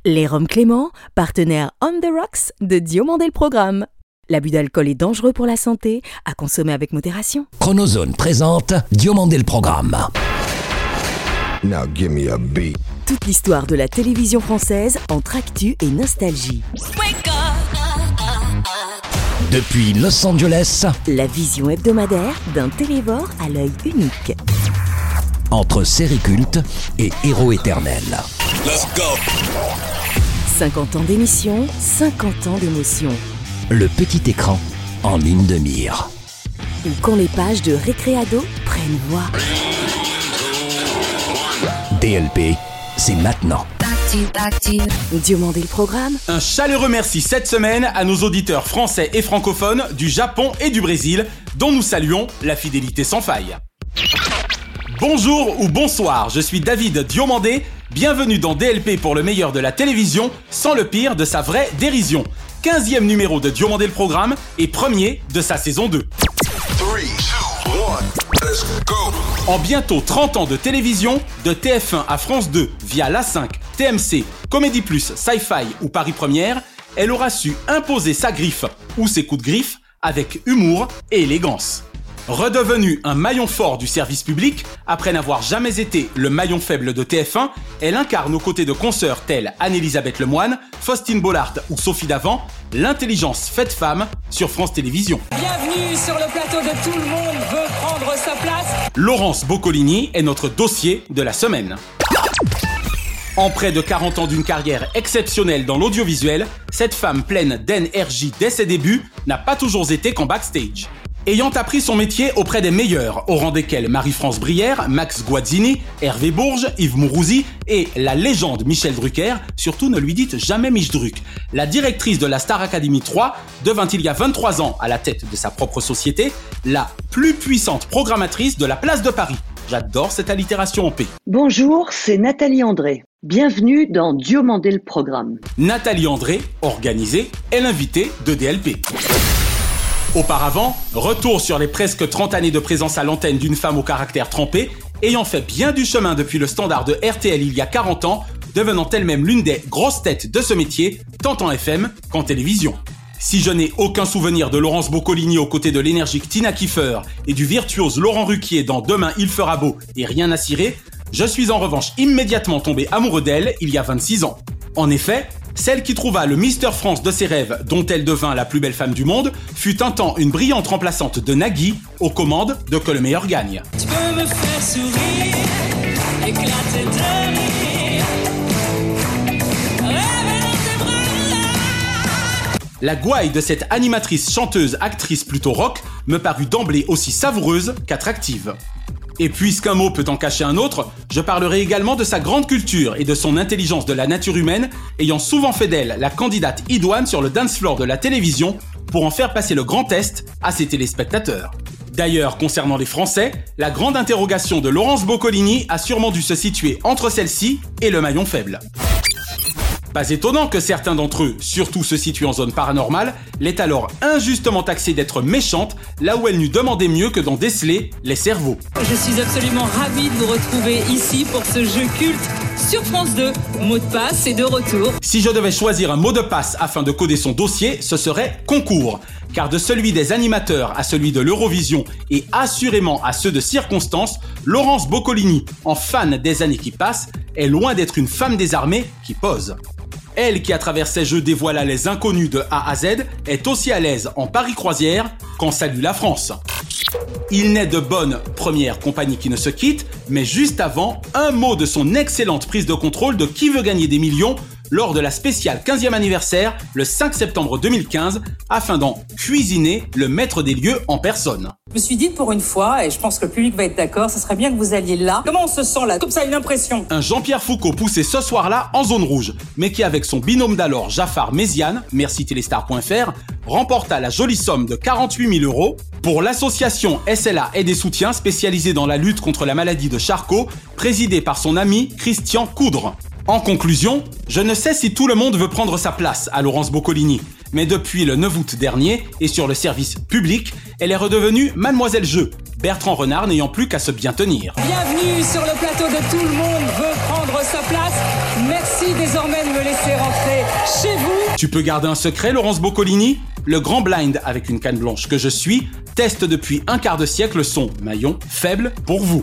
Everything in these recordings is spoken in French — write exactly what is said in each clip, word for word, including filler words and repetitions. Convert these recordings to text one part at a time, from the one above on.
Les Rhums Clément, partenaire On the Rocks de Diomandé le Programme. L'abus d'alcool est dangereux pour la santé, à consommer avec modération. Chronozone présente Diomandé le Programme. Now give me a beat. Toute l'histoire de la télévision française entre actu et nostalgie. Depuis Los Angeles, La vision hebdomadaire d'un télévore à l'œil unique. entre séries cultes et héros éternels. Let's go. cinquante ans d'émission, cinquante ans d'émotion. Le petit écran en ligne de mire. Ou quand les pages de Récréado prennent voix. D L P, c'est maintenant. Diomandé le Programme. Un chaleureux merci cette semaine à nos auditeurs français et francophones du Japon et du Brésil, dont nous saluons la fidélité sans faille. Bonjour ou bonsoir, je suis David Diomandé, bienvenue dans D L P pour le meilleur de la télévision, sans le pire de sa vraie dérision. quinzième numéro de Diomandé le Programme et premier de sa saison deux. three, two, one, let's go. En bientôt trente ans de télévision, de T F un à France deux, via l'A cinq, T M C, Comédie Plus, Sci-Fi ou Paris Première, elle aura su imposer sa griffe ou ses coups de griffe avec humour et élégance. Redevenue un maillon fort du service public, après n'avoir jamais été le maillon faible de T F un, elle incarne aux côtés de consoeurs telles Anne-Elisabeth Lemoine, Faustine Bollard ou Sophie Davant, l'intelligence faite femme sur France Télévisions. Bienvenue sur le plateau de Tout le monde veut prendre sa place. Laurence Boccolini est notre dossier de la semaine. En près de quarante ans d'une carrière exceptionnelle dans l'audiovisuel, cette femme pleine d'énergie dès ses débuts n'a pas toujours été qu'en backstage. Ayant appris son métier auprès des meilleurs, au rang desquels Marie-France Brière, Max Guazzini, Hervé Bourges, Yves Mourouzi et la légende Michel Drucker, surtout ne lui dites jamais Mich Druck. La directrice de la Star Academy trois devint il y a vingt-trois ans, à la tête de sa propre société, la plus puissante programmatrice de la place de Paris. J'adore cette allitération en P. Bonjour, c'est Nathalie André. Bienvenue dans Diomandé le Programme. Nathalie André, organisée, est l'invitée de D L P. Auparavant, retour sur les presque trente années de présence à l'antenne d'une femme au caractère trempé, ayant fait bien du chemin depuis le standard de R T L il y a quarante ans, devenant elle-même l'une des grosses têtes de ce métier, tant en F M qu'en télévision. Si je n'ai aucun souvenir de Laurence Boccolini aux côtés de l'énergique Tina Kiefer et du virtuose Laurent Ruquier dans Demain il fera beau et Rien à cirer, je suis en revanche immédiatement tombé amoureux d'elle il y a vingt-six ans. En effet, celle qui trouva le Mister France de ses rêves, dont elle devint la plus belle femme du monde, fut un temps une brillante remplaçante de Nagui, aux commandes de Que le meilleur gagne. Tu peux me faire sourire, éclater de rire, rêver dans tes bras. La gouaille de cette animatrice, chanteuse, actrice plutôt rock me parut d'emblée aussi savoureuse qu'attractive. Et puisqu'un mot peut en cacher un autre, je parlerai également de sa grande culture et de son intelligence de la nature humaine, ayant souvent fait d'elle la candidate idoine sur le dance floor de la télévision pour en faire passer le grand test à ses téléspectateurs. D'ailleurs, concernant les Français, la grande interrogation de Laurence Boccolini a sûrement dû se situer entre celle-ci et le maillon faible. Pas étonnant que certains d'entre eux, surtout ceux situés en zone paranormale, l'aient alors injustement taxée d'être méchante, là où elle n'eût demandé mieux que d'en déceler les cerveaux. Je suis absolument ravie de vous retrouver ici pour ce jeu culte sur France deux. Mot de passe est de retour. Si je devais choisir un mot de passe afin de coder son dossier, ce serait concours. Car de celui des animateurs à celui de l'Eurovision et assurément à ceux de circonstance, Laurence Boccolini, en fan des années qui passent, est loin d'être une femme des armées qui pose. Elle qui, à travers ses jeux, dévoila les inconnus de A à Z, est aussi à l'aise en Paris Croisière qu'en Salut la France. Il n'est de bonne première compagnie qui ne se quitte, mais juste avant, un mot de son excellente prise de contrôle de Qui veut gagner des millions lors de la spéciale quinzième anniversaire le cinq septembre deux mille quinze, afin d'en cuisiner le maître des lieux en personne. Je me suis dit pour une fois, et je pense que le public va être d'accord, ce serait bien que vous alliez là. Comment on se sent là? Comme ça, une impression. Un Jean-Pierre Foucault poussé ce soir-là en zone rouge, mais qui avec son binôme d'alors Jafar Méziane, merci téléstar point f r, remporta la jolie somme de quarante-huit mille euros pour l'association S L A et des soutiens spécialisée dans la lutte contre la maladie de Charcot, présidée par son ami Christian Coudre. En conclusion, je ne sais si tout le monde veut prendre sa place à Laurence Boccolini, mais depuis le neuf août dernier, et sur le service public, elle est redevenue Mademoiselle Jeu, Bertrand Renard n'ayant plus qu'à se bien tenir. Bienvenue sur le plateau de Tout le monde veut prendre sa place. Merci désormais de me laisser rentrer. Tu peux garder un secret, Laurence Boccolini ? Le Grand Blind, avec une canne blanche que je suis, teste depuis un quart de siècle son maillon faible pour vous.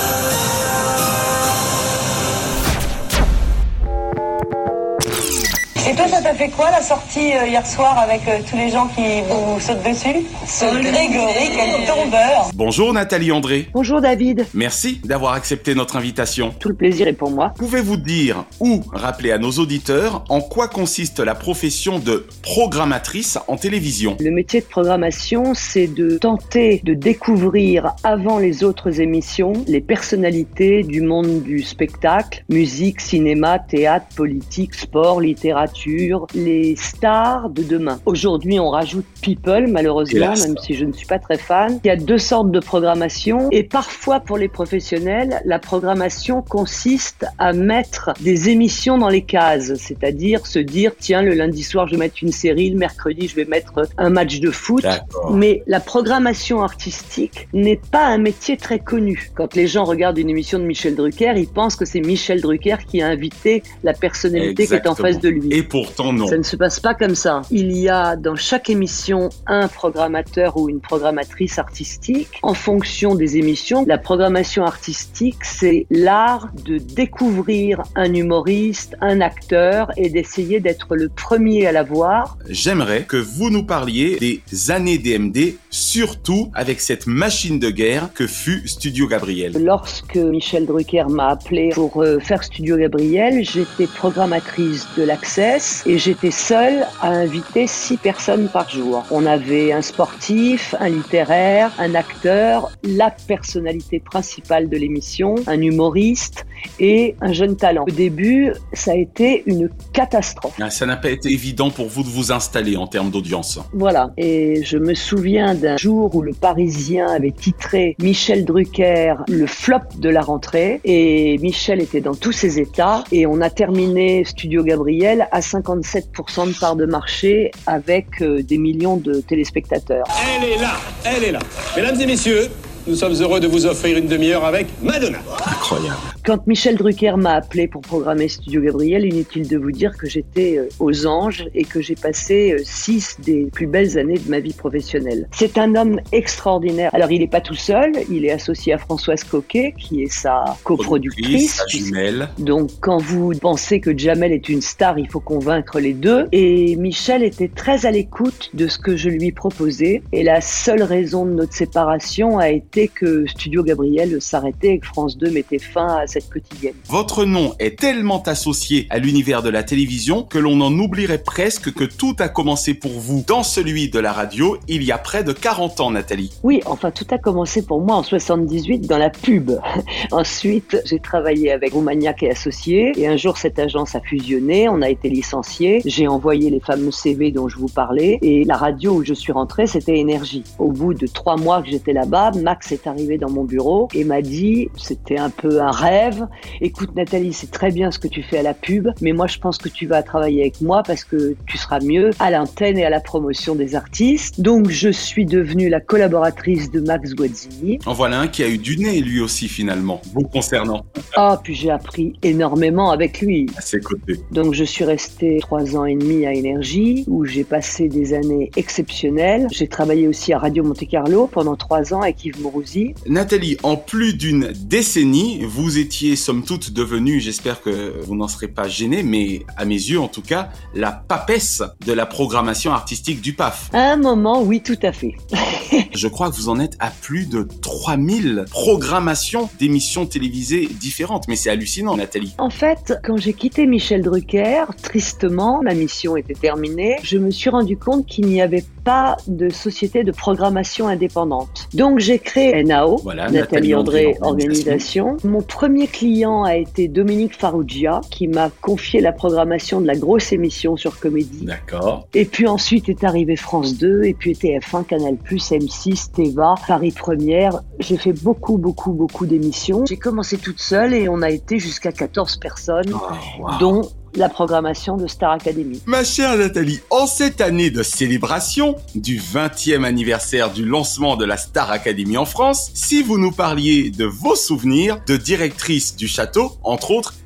Et toi, ça t'a fait quoi la sortie euh, hier soir avec euh, tous les gens qui vous sautent dessus ? Ce Grégory, quel tombeur ! Bonjour Nathalie André. Bonjour David. Merci d'avoir accepté notre invitation. Tout le plaisir est pour moi. Pouvez-vous dire ou rappeler à nos auditeurs en quoi consiste la profession de programmatrice en télévision ? Le métier de programmation, c'est de tenter de découvrir avant les autres émissions les personnalités du monde du spectacle, musique, cinéma, théâtre, politique, sport, littérature, les stars de demain. Aujourd'hui, on rajoute people, malheureusement, Hélas. Même si je ne suis pas très fan. Il y a deux sortes de programmation et parfois pour les professionnels, la programmation consiste à mettre des émissions dans les cases, c'est-à-dire se dire, tiens, le lundi soir, je vais mettre une série, le mercredi, je vais mettre un match de foot. D'accord. Mais la programmation artistique n'est pas un métier très connu. Quand les gens regardent une émission de Michel Drucker, ils pensent que c'est Michel Drucker qui a invité la personnalité Exactement. Qui est en face de lui. Et pourtant, non. Ça ne se passe pas comme ça. Il y a dans chaque émission un programmateur ou une programmatrice artistique. En fonction des émissions, la programmation artistique, c'est l'art de découvrir un humoriste, un acteur et d'essayer d'être le premier à la voir. J'aimerais que vous nous parliez des années D M D, surtout avec cette machine de guerre que fut Studio Gabriel. Lorsque Michel Drucker m'a appelé pour euh, faire Studio Gabriel, j'étais programmatrice de l'Access et j'étais seule à inviter six personnes par jour. On avait un sportif, un littéraire, un acteur, la personnalité principale de l'émission, un humoriste et un jeune talent. Au début, ça a été une catastrophe. Ah, ça n'a pas été évident pour vous de vous installer en termes d'audience. Voilà. Et je me souviens d'un jour où le Parisien avait titré Michel Drucker, le flop de la rentrée. Et Michel était dans tous ses états. Et on a terminé Studio Gabriel à cinquante-sept pour cent de part de marché avec euh, des millions de téléspectateurs. Elle est là, elle est là. Mesdames et messieurs, nous sommes heureux de vous offrir une demi-heure avec Madonna. Incroyable. Quand Michel Drucker m'a appelé pour programmer Studio Gabriel, inutile de vous dire que j'étais aux anges et que j'ai passé six des plus belles années de ma vie professionnelle. C'est un homme extraordinaire. Alors, il n'est pas tout seul, il est associé à Françoise Coquet, qui est sa coproductrice. Sa jumelle. Donc, quand vous pensez que Jamel est une star, il faut convaincre les deux. Et Michel était très à l'écoute de ce que je lui proposais. Et la seule raison de notre séparation a été que Studio Gabriel s'arrêtait et que France deux mettait fin à cette quotidienne. Votre nom est tellement associé à l'univers de la télévision que l'on en oublierait presque que tout a commencé pour vous dans celui de la radio il y a près de quarante ans, Nathalie. Oui, enfin tout a commencé pour moi en soixante-dix-huit dans la pub. Ensuite, j'ai travaillé avec Roumaniac et Associés et un jour cette agence a fusionné, on a été licenciés, j'ai envoyé les fameux C V dont je vous parlais et la radio où je suis rentrée, c'était Énergie. Au bout de trois mois que j'étais là-bas, Max est arrivé dans mon bureau et m'a dit, c'était un peu un rêve, écoute Nathalie, c'est très bien ce que tu fais à la pub, mais moi je pense que tu vas travailler avec moi parce que tu seras mieux à l'antenne et à la promotion des artistes. Donc je suis devenue la collaboratrice de Max Guazzini. En voilà un qui a eu du nez lui aussi finalement, vous concernant. Ah, puis j'ai appris énormément avec lui. À ses côtés. Donc je suis restée trois ans et demi à Énergie, où j'ai passé des années exceptionnelles. J'ai travaillé aussi à Radio Monte-Carlo pendant trois ans avec Yves Mourouzi. Nathalie, en plus d'une décennie, vous étiez somme toute devenue, j'espère que vous n'en serez pas gênée, mais à mes yeux en tout cas, la papesse de la programmation artistique du P A F. À un moment, oui, tout à fait. Je crois que vous en êtes à plus de trois mille programmations d'émissions télévisées différentes, mais c'est hallucinant, Nathalie. En fait, quand j'ai quitté Michel Drucker, tristement, ma mission était terminée, je me suis rendu compte qu'il n'y avait pas de société de programmation indépendante. Donc j'ai créé N A O, voilà, Nathalie, Nathalie André, André Organisation. Organisation. Mon premier client a été Dominique Farrugia, qui m'a confié la programmation de la grosse émission sur Comédie. D'accord. Et puis ensuite est arrivé France deux, et puis T F un, Canal plus, M six, Téva, Paris Première. J'ai fait beaucoup, beaucoup, beaucoup d'émissions. J'ai commencé toute seule et on a été jusqu'à quatorze personnes, oh, wow. dont la programmation de Star Academy. Ma chère Nathalie, en cette année de célébration du vingtième anniversaire du lancement de la Star Academy en France, si vous nous parliez de vos souvenirs de directrice du château, entre autres,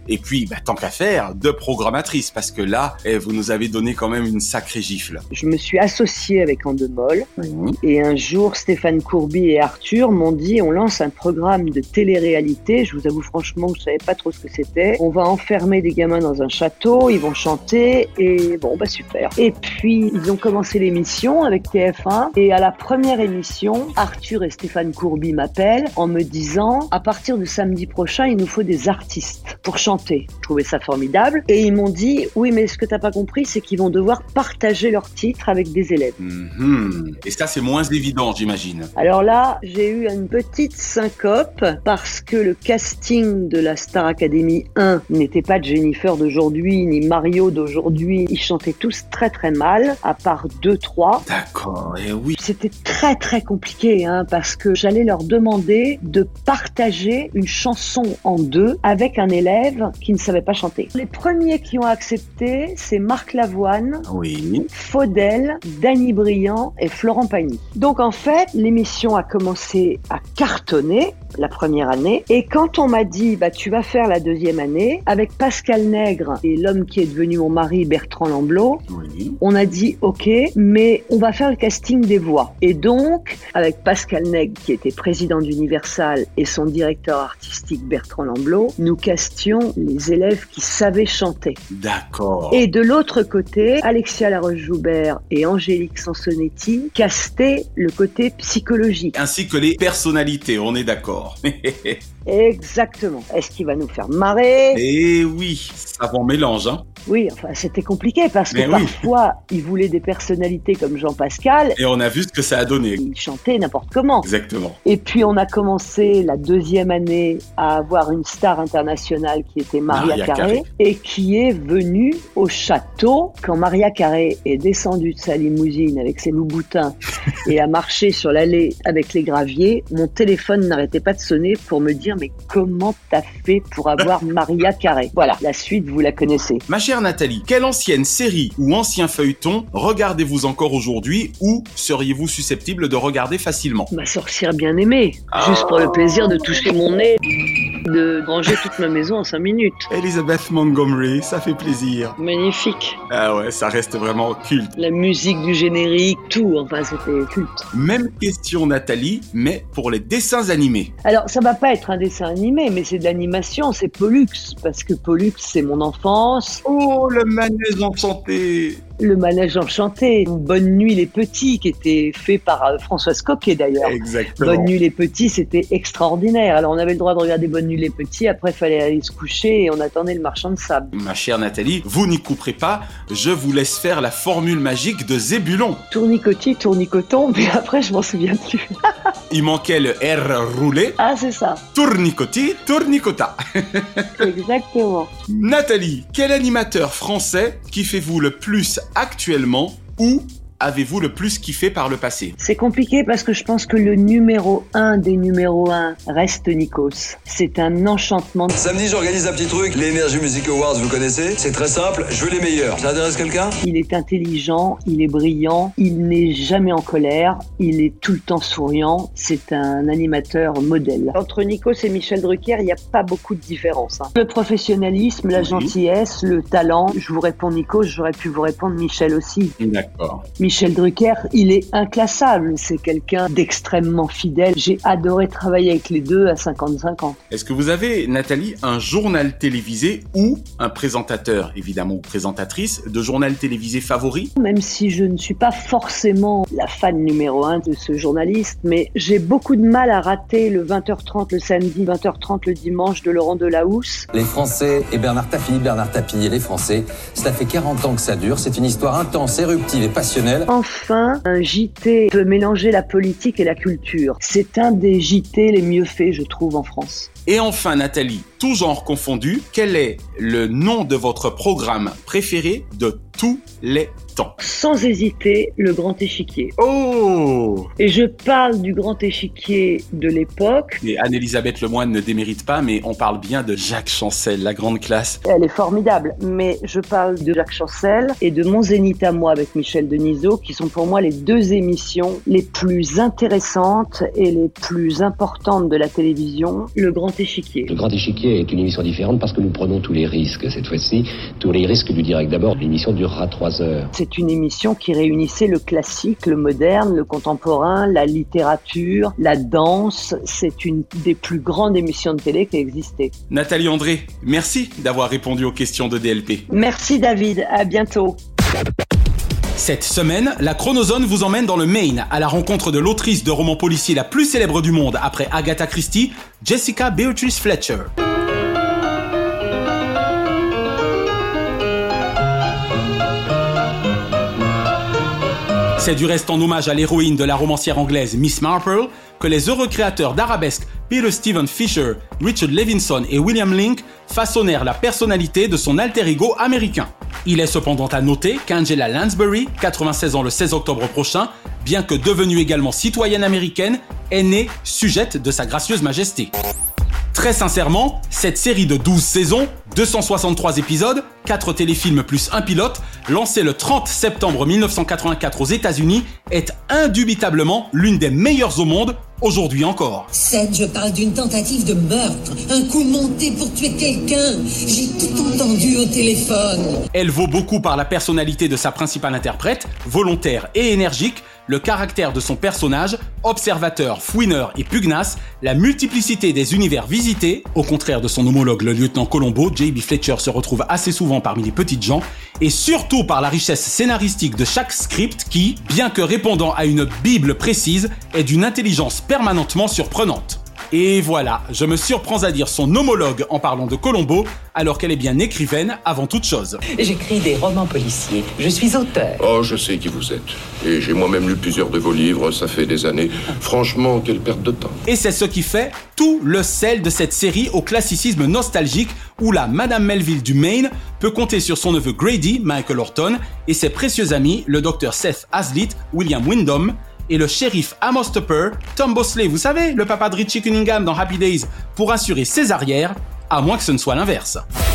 Et puis, bah, tant qu'à faire, de programmatrice, parce que là, eh, vous nous avez donné quand même une sacrée gifle. Je me suis associée avec Endemol, Mmh. et un jour, Stéphane Courby et Arthur m'ont dit, on lance un programme de télé-réalité. Je vous avoue franchement que je savais pas trop ce que c'était. On va enfermer des gamins dans un château, ils vont chanter, et bon, bah super. Et puis, ils ont commencé l'émission avec T F un, et à la première émission, Arthur et Stéphane Courby m'appellent en me disant, à partir de samedi prochain, il nous faut des artistes pour chanter. Je trouvais ça formidable, et ils m'ont dit, oui, mais ce que t'as pas compris, c'est qu'ils vont devoir partager leurs titres avec des élèves. Mmh. Et ça, c'est moins évident, j'imagine. Alors là, j'ai eu une petite syncope parce que le casting de la Star Academy un n'était pas de Jennifer d'aujourd'hui ni Mario d'aujourd'hui. Ils chantaient tous très très mal, à part deux, trois. D'accord, et oui. C'était très très compliqué, hein, parce que j'allais leur demander de partager une chanson en deux avec un élève qui ne savait pas chanter. Les premiers qui ont accepté, c'est Marc Lavoine, Oui. Faudel, Danny Briand et Florent Pagny. Donc en fait, l'émission a commencé à cartonner la première année, et quand on m'a dit bah tu vas faire la deuxième année avec Pascal Nègre et l'homme qui est devenu mon mari Bertrand Lamblot, Oui. on a dit ok, mais on va faire le casting des voix. Et donc avec Pascal Nègre qui était président d'Universal et son directeur artistique Bertrand Lamblot, nous castions les élèves qui savaient chanter. D'accord. Et de l'autre côté, Alexia Laroche-Joubert et Angélique Sansonetti castaient le côté psychologique. Ainsi que les personnalités, on est d'accord. Exactement. Est-ce qu'il va nous faire marrer ? Et oui, savant mélange, hein. Oui, enfin, c'était compliqué parce que Mais oui. parfois, il voulait des personnalités comme Jean Pascal. Et on a vu ce que ça a donné. Il chantait n'importe comment. Exactement. Et puis, on a commencé la deuxième année à avoir une star internationale qui était Maria, Maria Carré, Carré. et qui est venue au château quand Maria Carré est descendue de sa limousine avec ses loups-boutins et a marché sur l'allée avec les graviers. Mon téléphone n'arrêtait pas de sonner pour me dire mais comment t'as fait pour avoir Maria Carré ? Voilà, la suite, vous la connaissez. Ma chère Nathalie, quelle ancienne série ou ancien feuilleton regardez-vous encore aujourd'hui ou seriez-vous susceptible de regarder facilement ? Ma sorcière bien-aimée, juste pour le plaisir de toucher mon nez, de ranger toute ma maison en cinq minutes. Elizabeth Montgomery, ça fait plaisir. Magnifique. Ah ouais, ça reste vraiment culte. La musique du générique, tout, enfin c'était culte. Même question Nathalie, mais pour les dessins animés. Alors ça va pas être un dessin animé, mais c'est de l'animation, c'est Pollux, parce que Pollux c'est mon enfance. Oh, le manège enchanté. Le manège enchanté, Bonne nuit les petits, qui était fait par euh, Françoise Coquet d'ailleurs. Exactement. Bonne nuit les petits, c'était extraordinaire. Alors on avait le droit de regarder Bonne nuit les petits, après il fallait aller se coucher et on attendait le marchand de sable. Ma chère Nathalie, vous n'y couperez pas, je vous laisse faire la formule magique de Zébulon. Tournicotis, tournicoton, mais après je m'en souviens plus. Il manquait le R roulé. Ah c'est ça. Tournicoti, tournicota. Exactement. Nathalie, quel animateur français kiffez-vous le plus actuellement ou avez-vous le plus kiffé par le passé ? C'est compliqué parce que je pense que le numéro un des numéros un reste Nikos. C'est un enchantement. Samedi, j'organise un petit truc, les Energy Music Awards, vous connaissez ? C'est très simple, je veux les meilleurs. Ça intéresse quelqu'un ? Il est intelligent, il est brillant, il n'est jamais en colère, il est tout le temps souriant. C'est un animateur modèle. Entre Nikos et Michel Drucker, il n'y a pas beaucoup de différence. Hein. Le professionnalisme, la Oui. gentillesse, le talent. Je vous réponds Nikos, j'aurais pu vous répondre Michel aussi. D'accord. Michel Drucker, il est inclassable. C'est quelqu'un d'extrêmement fidèle. J'ai adoré travailler avec les deux à cinquante-cinq ans. Est-ce que vous avez, Nathalie, un journal télévisé ou un présentateur, évidemment, ou présentatrice, de journal télévisé favori ? Même si je ne suis pas forcément la fan numéro un de ce journaliste, mais j'ai beaucoup de mal à rater le vingt heures trente le samedi, vingt heures trente le dimanche de Laurent Delahousse. Les Français et Bernard Tapie, Bernard Tapie et les Français, cela fait quarante ans que ça dure. C'est une histoire intense, éruptive et passionnelle. Enfin, un J T peut mélanger la politique et la culture. C'est un des J T les mieux faits, je trouve, en France. Et enfin, Nathalie, tout genre confondu, quel est le nom de votre programme préféré de tous les temps. Sans hésiter, le Grand Échiquier. Oh! Et je parle du Grand Échiquier de l'époque. Et Anne-Elisabeth Lemoine ne démérite pas, mais on parle bien de Jacques Chancel, la grande classe. Elle est formidable, mais je parle de Jacques Chancel et de Mon Zénith à moi avec Michel Denisot, qui sont pour moi les deux émissions les plus intéressantes et les plus importantes de la télévision, le Grand Échiquier. Le Grand Échiquier est une émission différente parce que nous prenons tous les risques cette fois-ci, tous les risques du direct. D'abord, l'émission durera trois heures. C'est une émission qui réunissait le classique, le moderne, le contemporain, la littérature, la danse. C'est une des plus grandes émissions de télé qui a existé. Nathalie André, merci d'avoir répondu aux questions de D L P. Merci David, à bientôt. Cette semaine, la Chronozone vous emmène dans le Maine à la rencontre de l'autrice de romans policiers la plus célèbre du monde après Agatha Christie, Jessica Beatrice Fletcher. C'est du reste en hommage à l'héroïne de la romancière anglaise Miss Marple que les heureux créateurs d'arabesques Peter Stephen Fisher, Richard Levinson et William Link façonnèrent la personnalité de son alter ego américain. Il est cependant à noter qu'Angela Lansbury, quatre-vingt-seize ans le seize octobre prochain, bien que devenue également citoyenne américaine, est née sujette de sa gracieuse majesté. Très sincèrement, cette série de douze saisons, deux cent soixante-trois épisodes, quatre téléfilms plus un pilote, lancée le trente septembre mille neuf cent quatre-vingt-quatre aux États-Unis, est indubitablement l'une des meilleures au monde, aujourd'hui encore. Seth, je parle d'une tentative de meurtre, un coup monté pour tuer quelqu'un. J'ai tout entendu au téléphone. Elle vaut beaucoup par la personnalité de sa principale interprète, volontaire et énergique, le caractère de son personnage, observateur, fouineur et pugnace, la multiplicité des univers visités, au contraire de son homologue le lieutenant Colombo, J B Fletcher se retrouve assez souvent parmi les petites gens, et surtout par la richesse scénaristique de chaque script qui, bien que répondant à une bible précise, est d'une intelligence permanemment surprenante. Et voilà, je me surprends à dire son homologue en parlant de Colombo, alors qu'elle est bien écrivaine avant toute chose. J'écris des romans policiers, je suis auteur. Oh, je sais qui vous êtes. Et j'ai moi-même lu plusieurs de vos livres, ça fait des années. Franchement, quelle perte de temps. Et c'est ce qui fait tout le sel de cette série au classicisme nostalgique où la Madame Melville du Maine peut compter sur son neveu Grady, Michael Horton, et ses précieux amis, le docteur Seth Hazlitt, William Windom, et le shérif Amos Tupper, Tom Bosley, vous savez, le papa de Richie Cunningham dans Happy Days, pour assurer ses arrières, à moins que ce ne soit l'inverse.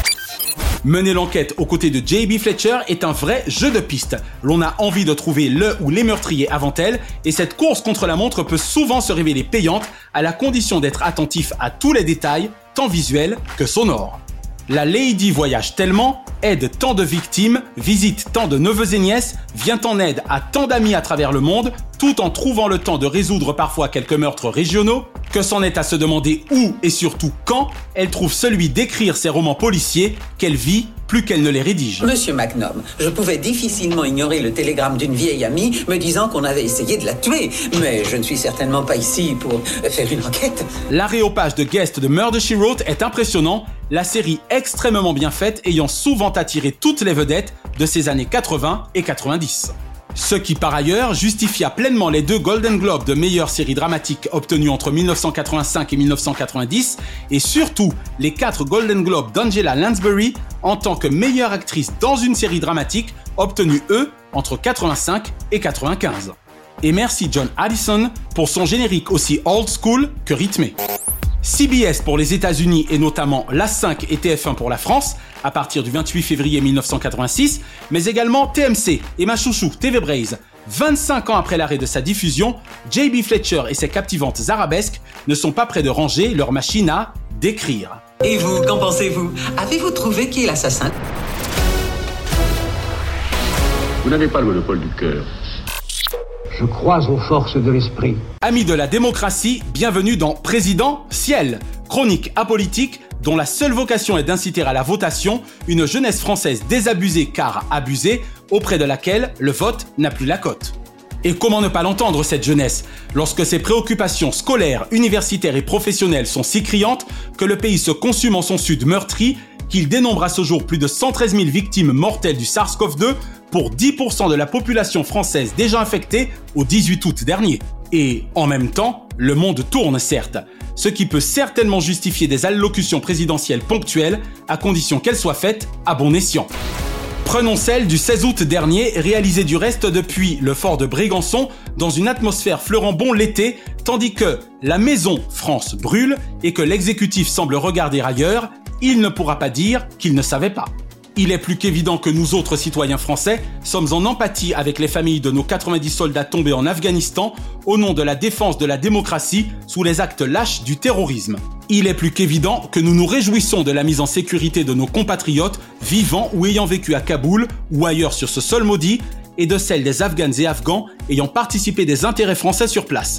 Mener l'enquête aux côtés de J B Fletcher est un vrai jeu de piste. L'on a envie de trouver le ou les meurtriers avant elle, et cette course contre la montre peut souvent se révéler payante à la condition d'être attentif à tous les détails, tant visuels que sonores. La Lady voyage tellement, aide tant de victimes, visite tant de neveux et nièces, vient en aide à tant d'amis à travers le monde, tout en trouvant le temps de résoudre parfois quelques meurtres régionaux, que c'en est à se demander où et surtout quand elle trouve celui d'écrire ses romans policiers qu'elle vit plus qu'elle ne les rédige. Monsieur Magnum, je pouvais difficilement ignorer le télégramme d'une vieille amie me disant qu'on avait essayé de la tuer, mais je ne suis certainement pas ici pour faire une enquête. L'aréopage de guest de Murder, She Wrote est impressionnant, la série extrêmement bien faite ayant souvent attiré toutes les vedettes de ces années quatre-vingts et quatre-vingt-dix. Ce qui par ailleurs justifia pleinement les deux Golden Globes de meilleure série dramatique obtenus entre mille neuf cent quatre-vingt-cinq et mille neuf cent quatre-vingt-dix et surtout les quatre Golden Globes d'Angela Lansbury en tant que meilleure actrice dans une série dramatique obtenus eux entre quatre-vingt-cinq et quatre-vingt-quinze. Et merci John Addison pour son générique aussi old school que rythmé. C B S pour les États-Unis et notamment l'A cinq et T F un pour la France à partir du vingt-huit février mille neuf cent quatre-vingt-six, mais également T M C et ma chouchou T V Braze. vingt-cinq ans après l'arrêt de sa diffusion, J B Fletcher et ses captivantes arabesques ne sont pas près de ranger leur machine à décrire. Et vous, qu'en pensez-vous? Avez-vous trouvé qui est l'assassin? Vous n'avez pas le monopole du cœur. Je crois aux forces de l'esprit. Amis de la démocratie, bienvenue dans Président Ciel, chronique apolitique dont la seule vocation est d'inciter à la votation une jeunesse française désabusée car abusée, auprès de laquelle le vote n'a plus la cote. Et comment ne pas l'entendre cette jeunesse, lorsque ses préoccupations scolaires, universitaires et professionnelles sont si criantes que le pays se consume en son sud meurtri, qu'il dénombre à ce jour plus de cent treize mille victimes mortelles du SARS-C o V deux pour dix pour cent de la population française déjà infectée au dix-huit août dernier. Et en même temps, le monde tourne certes, ce qui peut certainement justifier des allocutions présidentielles ponctuelles à condition qu'elles soient faites à bon escient. Prenons celle du seize août dernier, réalisée du reste depuis le fort de Brégançon, dans une atmosphère fleurant bon l'été, tandis que la maison France brûle et que l'exécutif semble regarder ailleurs, il ne pourra pas dire qu'il ne savait pas. Il est plus qu'évident que nous autres citoyens français sommes en empathie avec les familles de nos quatre-vingt-dix soldats tombés en Afghanistan au nom de la défense de la démocratie sous les actes lâches du terrorisme. Il est plus qu'évident que nous nous réjouissons de la mise en sécurité de nos compatriotes vivant ou ayant vécu à Kaboul ou ailleurs sur ce sol maudit et de celle des Afghanes et Afghans ayant participé des intérêts français sur place.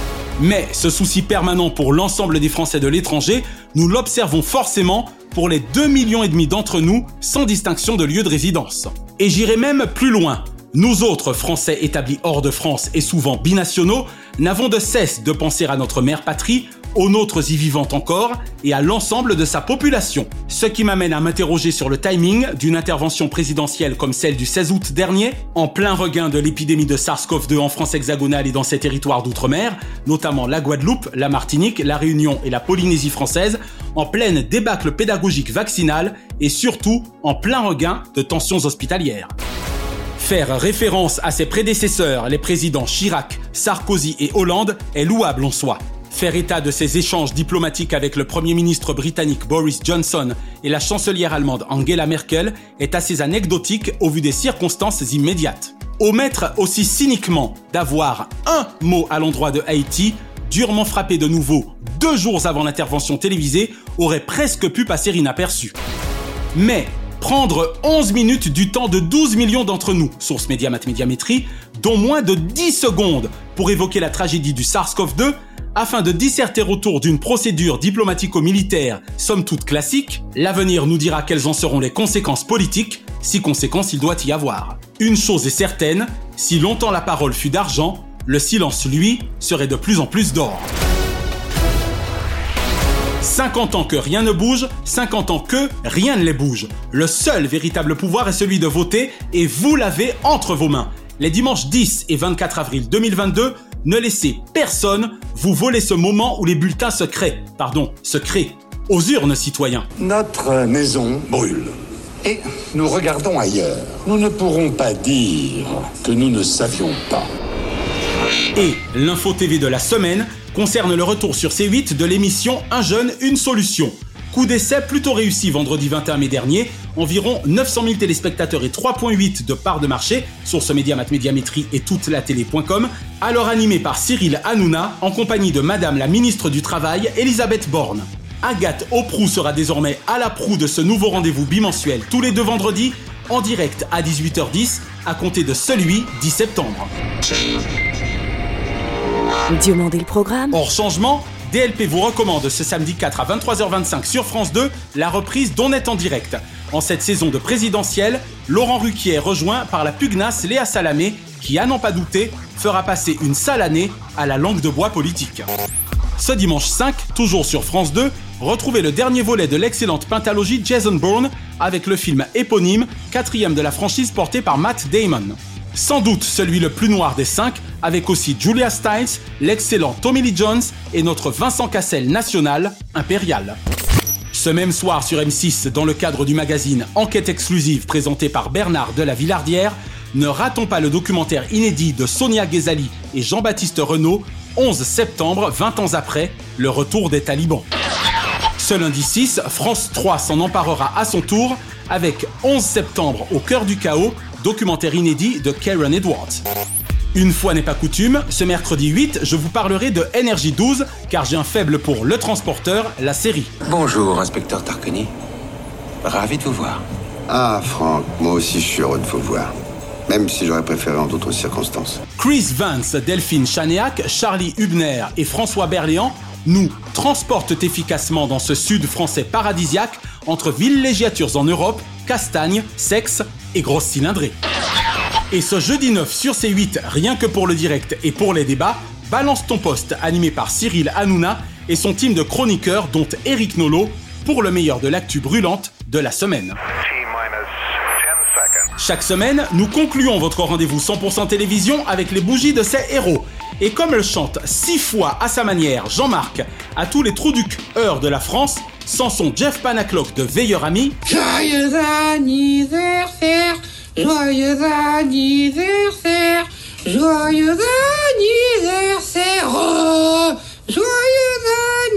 Mais ce souci permanent pour l'ensemble des Français de l'étranger, nous l'observons forcément pour les deux millions et demi d'entre nous, sans distinction de lieu de résidence. Et j'irai même plus loin. Nous autres Français établis hors de France et souvent binationaux, n'avons de cesse de penser à notre mère patrie, aux nôtres y vivant encore, et à l'ensemble de sa population. Ce qui m'amène à m'interroger sur le timing d'une intervention présidentielle comme celle du seize août dernier, en plein regain de l'épidémie de SARS-CoV deux en France hexagonale et dans ses territoires d'outre-mer, notamment la Guadeloupe, la Martinique, la Réunion et la Polynésie française, en pleine débâcle pédagogique vaccinale et surtout en plein regain de tensions hospitalières. Faire référence à ses prédécesseurs, les présidents Chirac, Sarkozy et Hollande, est louable en soi. Faire état de ses échanges diplomatiques avec le Premier ministre britannique Boris Johnson et la chancelière allemande Angela Merkel est assez anecdotique au vu des circonstances immédiates. Omettre aussi cyniquement d'avoir un mot à l'endroit de Haïti, durement frappé de nouveau deux jours avant l'intervention télévisée, aurait presque pu passer inaperçu. Mais prendre onze minutes du temps de douze millions d'entre nous, source Mediamat Médiamétrie, dont moins de dix secondes pour évoquer la tragédie du SARS-CoV deux, afin de disserter autour d'une procédure diplomatico-militaire somme toute classique, l'avenir nous dira quelles en seront les conséquences politiques, si conséquences il doit y avoir. Une chose est certaine, si longtemps la parole fut d'argent, le silence, lui, serait de plus en plus d'or. cinquante ans que rien ne bouge, cinquante ans que rien ne les bouge. Le seul véritable pouvoir est celui de voter et vous l'avez entre vos mains. Les dimanches dix et vingt-quatre avril deux mille vingt-deux, ne laissez personne vous voler ce moment où les bulletins se créent. Pardon, se créent. Aux urnes, citoyens. Notre maison brûle. Et nous regardons ailleurs. Nous ne pourrons pas dire que nous ne savions pas. Et l'info T V de la semaine concerne le retour sur C huit de l'émission Un jeune, une solution. Coup d'essai plutôt réussi vendredi vingt et un mai dernier, environ neuf cent mille téléspectateurs et trois virgule huit de part de marché, source Mediamat Médiamétrie et toute la télé point com, alors animé par Cyril Hanouna en compagnie de Madame la ministre du Travail, Elisabeth Borne. Agathe Auproux sera désormais à la proue de ce nouveau rendez-vous bimensuel tous les deux vendredis, en direct à dix-huit heures dix, à compter de celui dix septembre. Diomandé le programme. Hors changement, D L P vous recommande ce samedi quatre à vingt-trois heures vingt-cinq sur France deux la reprise d'On est en direct. En cette saison de présidentielle, Laurent Ruquier est rejoint par la pugnace Léa Salamé qui, à n'en pas douter, fera passer une sale année à la langue de bois politique. Ce dimanche cinq, toujours sur France deux, retrouvez le dernier volet de l'excellente pentalogie Jason Bourne avec le film éponyme, quatrième de la franchise porté par Matt Damon. Sans doute celui le plus noir des cinq, avec aussi Julia Stiles, l'excellent Tommy Lee Jones et notre Vincent Cassel national, impérial. Ce même soir sur M six, dans le cadre du magazine Enquête exclusive présenté par Bernard de la Villardière, ne ratons pas le documentaire inédit de Sonia Ghezali et Jean-Baptiste Renaud, onze septembre, vingt ans après, le retour des talibans. Ce lundi six, France trois s'en emparera à son tour avec onze septembre au cœur du chaos, documentaire inédit de Karen Edwards. Une fois n'est pas coutume, ce mercredi huit, je vous parlerai de N R J douze, car j'ai un faible pour Le Transporteur, la série. Bonjour, inspecteur Tarquini. Ravi de vous voir. Ah, Franck, moi aussi je suis heureux de vous voir. Même si j'aurais préféré en d'autres circonstances. Chris Vance, Delphine Chanéac, Charlie Hubner et François Berléand nous transportent efficacement dans ce sud français paradisiaque entre villégiatures en Europe, castagnes, sexe et grosses cylindrées. Et ce jeudi neuf sur C huit, rien que pour le direct et pour les débats, Balance ton poste, animé par Cyril Hanouna et son team de chroniqueurs dont Eric Nolot, pour le meilleur de l'actu brûlante de la semaine. Chaque semaine, nous concluons votre rendez-vous cent pour cent télévision avec les bougies de ces héros. Et comme le chante six fois à sa manière Jean-Marc à tous les trous du cœur de la France, sans son Jeff Panaclock de Veilleur Ami. Joyeux anniversaire, joyeux anniversaire, joyeux anniversaire, oh, joyeux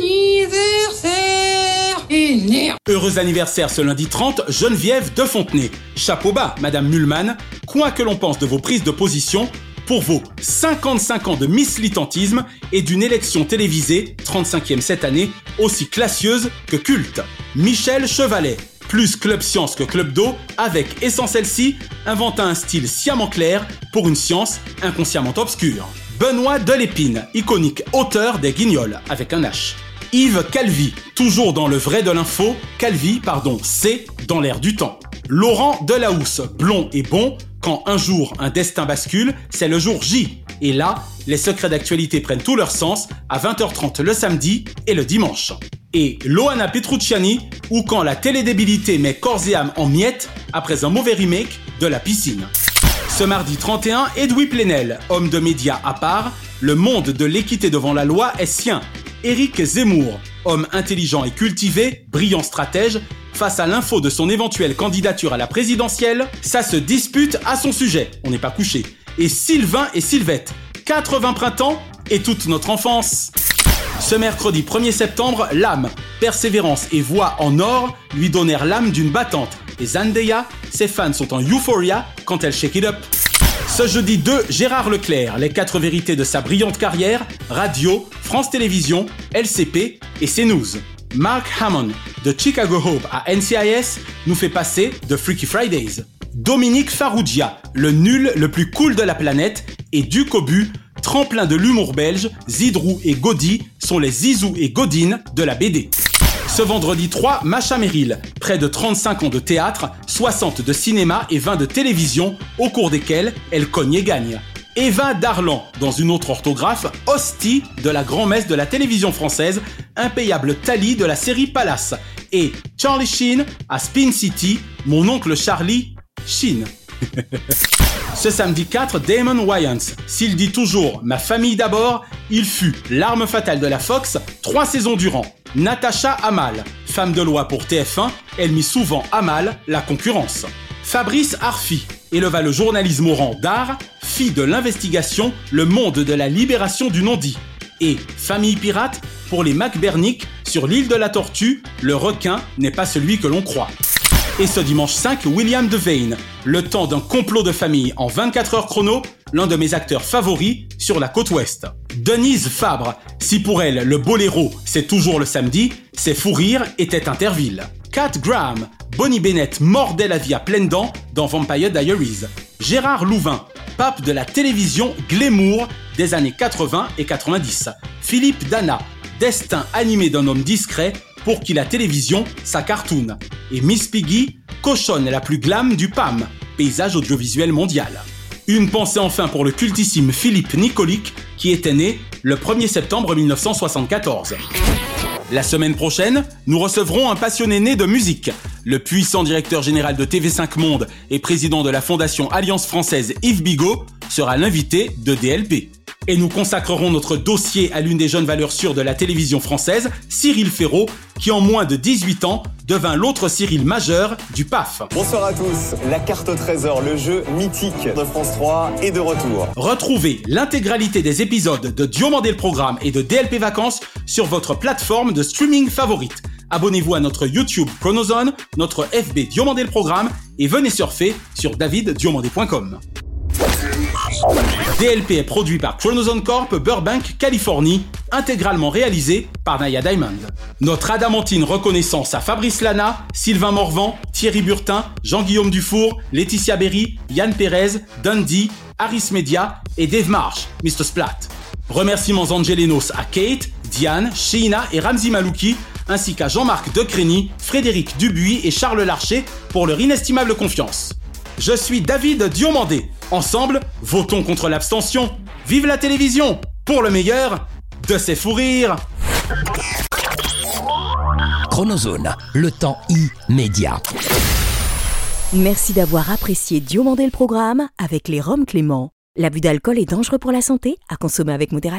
anniversaire, et nerf. Heureux anniversaire ce lundi trente, Geneviève de Fontenay. Chapeau bas, Madame Mulman, quoi que l'on pense de vos prises de position, pour vos cinquante-cinq ans de militantisme et d'une élection télévisée, trente-cinquième cette année, aussi classieuse que culte. Michel Chevalet, plus Club Science que Club d'eau, avec Essentiel-ci, inventa un style sciemment clair pour une science inconsciemment obscure. Benoît Delépine, iconique auteur des Guignols, avec un H. Yves Calvi, toujours dans le vrai de l'info, Calvi, pardon, c'est dans l'air du temps. Laurent Delahousse, blond et bon, quand un jour un destin bascule, c'est le jour J. Et là, les secrets d'actualité prennent tout leur sens à vingt heures trente le samedi et le dimanche. Et Loana Petrucciani, ou quand la télédébilité met corps et âme en miettes après un mauvais remake de La Piscine. Ce mardi trente et un, Edoui Plenel, homme de médias à part, le monde de l'équité devant la loi est sien. Éric Zemmour, homme intelligent et cultivé, brillant stratège, face à l'info de son éventuelle candidature à la présidentielle, ça se dispute à son sujet, on n'est pas couché. Et Sylvain et Sylvette, quatre-vingts printemps et toute notre enfance. Ce mercredi premier septembre, l'âme, persévérance et voix en or lui donnèrent l'âme d'une battante. Et Zendaya, ses fans sont en euphoria quand elle shake it up. Ce jeudi deux, Gérard Leclerc, les quatre vérités de sa brillante carrière, radio, France Télévisions, L C P et C N E W S. Mark Hammond, de Chicago Hope à N C I S, nous fait passer de Freaky Fridays. Dominique Farrugia, le nul le plus cool de la planète, et Duc Obu, tremplin de l'humour belge, Zidrou et Gaudi sont les Zizou et Godine de la B D. Ce vendredi trois, Macha Merrill, près de trente-cinq ans de théâtre, soixante de cinéma et vingt de télévision, au cours desquels elle cogne et gagne. Eva Darlan, dans une autre orthographe, Hostie de la grand-messe de la télévision française, impayable Tali de la série Palace, et Charlie Sheen à Spin City, mon oncle Charlie Sheen. Ce samedi quatre, Damon Wayans, s'il dit toujours « Ma famille d'abord », il fut l'arme fatale de la Fox trois saisons durant. Natacha Amal, femme de loi pour T F un, elle mit souvent à mal la concurrence. Fabrice Arfi éleva le journalisme au rang d'art, fille de l'investigation, le monde de la libération du non-dit. Et Famille pirate, pour les McBernick, sur l'île de la Tortue, le requin n'est pas celui que l'on croit. Et ce dimanche cinq, William Devane, le temps d'un complot de famille en vingt-quatre heures chrono, l'un de mes acteurs favoris sur la côte ouest. Denise Fabre, si pour elle le boléro c'est toujours le samedi, ses fous rires étaient Interville. Cat Graham, Bonnie Bennett mordait la vie à pleines dents dans Vampire Diaries. Gérard Louvain, pape de la télévision glamour des années quatre-vingts et quatre-vingt-dix. Philippe Dana, destin animé d'un homme discret pour qui la télévision, sa cartoon. Et Miss Piggy, cochonne la plus glam du P A M, paysage audiovisuel mondial. Une pensée enfin pour le cultissime Philippe Nicolic, qui était né le premier septembre mille neuf cent soixante-quatorze. La semaine prochaine, nous recevrons un passionné né de musique. Le puissant directeur général de T V cinq Monde et président de la Fondation Alliance Française Yves Bigot sera l'invité de D L P. Et nous consacrerons notre dossier à l'une des jeunes valeurs sûres de la télévision française, Cyril Ferraud, qui en moins de dix-huit ans devint l'autre Cyril majeur du P A F. Bonsoir à tous, la carte au trésor, le jeu mythique de France trois est de retour. Retrouvez l'intégralité des épisodes de Diomandé le Programme et de D L P Vacances sur votre plateforme de streaming favorite. Abonnez-vous à notre YouTube Chronozone, notre F B Diomandé le Programme et venez surfer sur david diomandé point com. D L P est produit par Chronozone Corp, Burbank, Californie, intégralement réalisé par Naya Diamond. Notre adamantine reconnaissance à Fabrice Lana, Sylvain Morvan, Thierry Burtin, Jean-Guillaume Dufour, Laetitia Berry, Yann Pérez, Dundee, Harris Media et Dave Marsh, mister Splat. Remerciements angelenos à Kate, Diane, Sheina et Ramzi Malouki, ainsi qu'à Jean-Marc Decrény, Frédéric Dubuis et Charles Larcher pour leur inestimable confiance. Je suis David Diomandé. Ensemble, votons contre l'abstention. Vive la télévision, pour le meilleur de ses fous rires. Chronozone, le temps immédiat. Merci d'avoir apprécié Diomandé le Programme avec les Roms Clément. L'abus d'alcool est dangereux pour la santé, à consommer avec modération.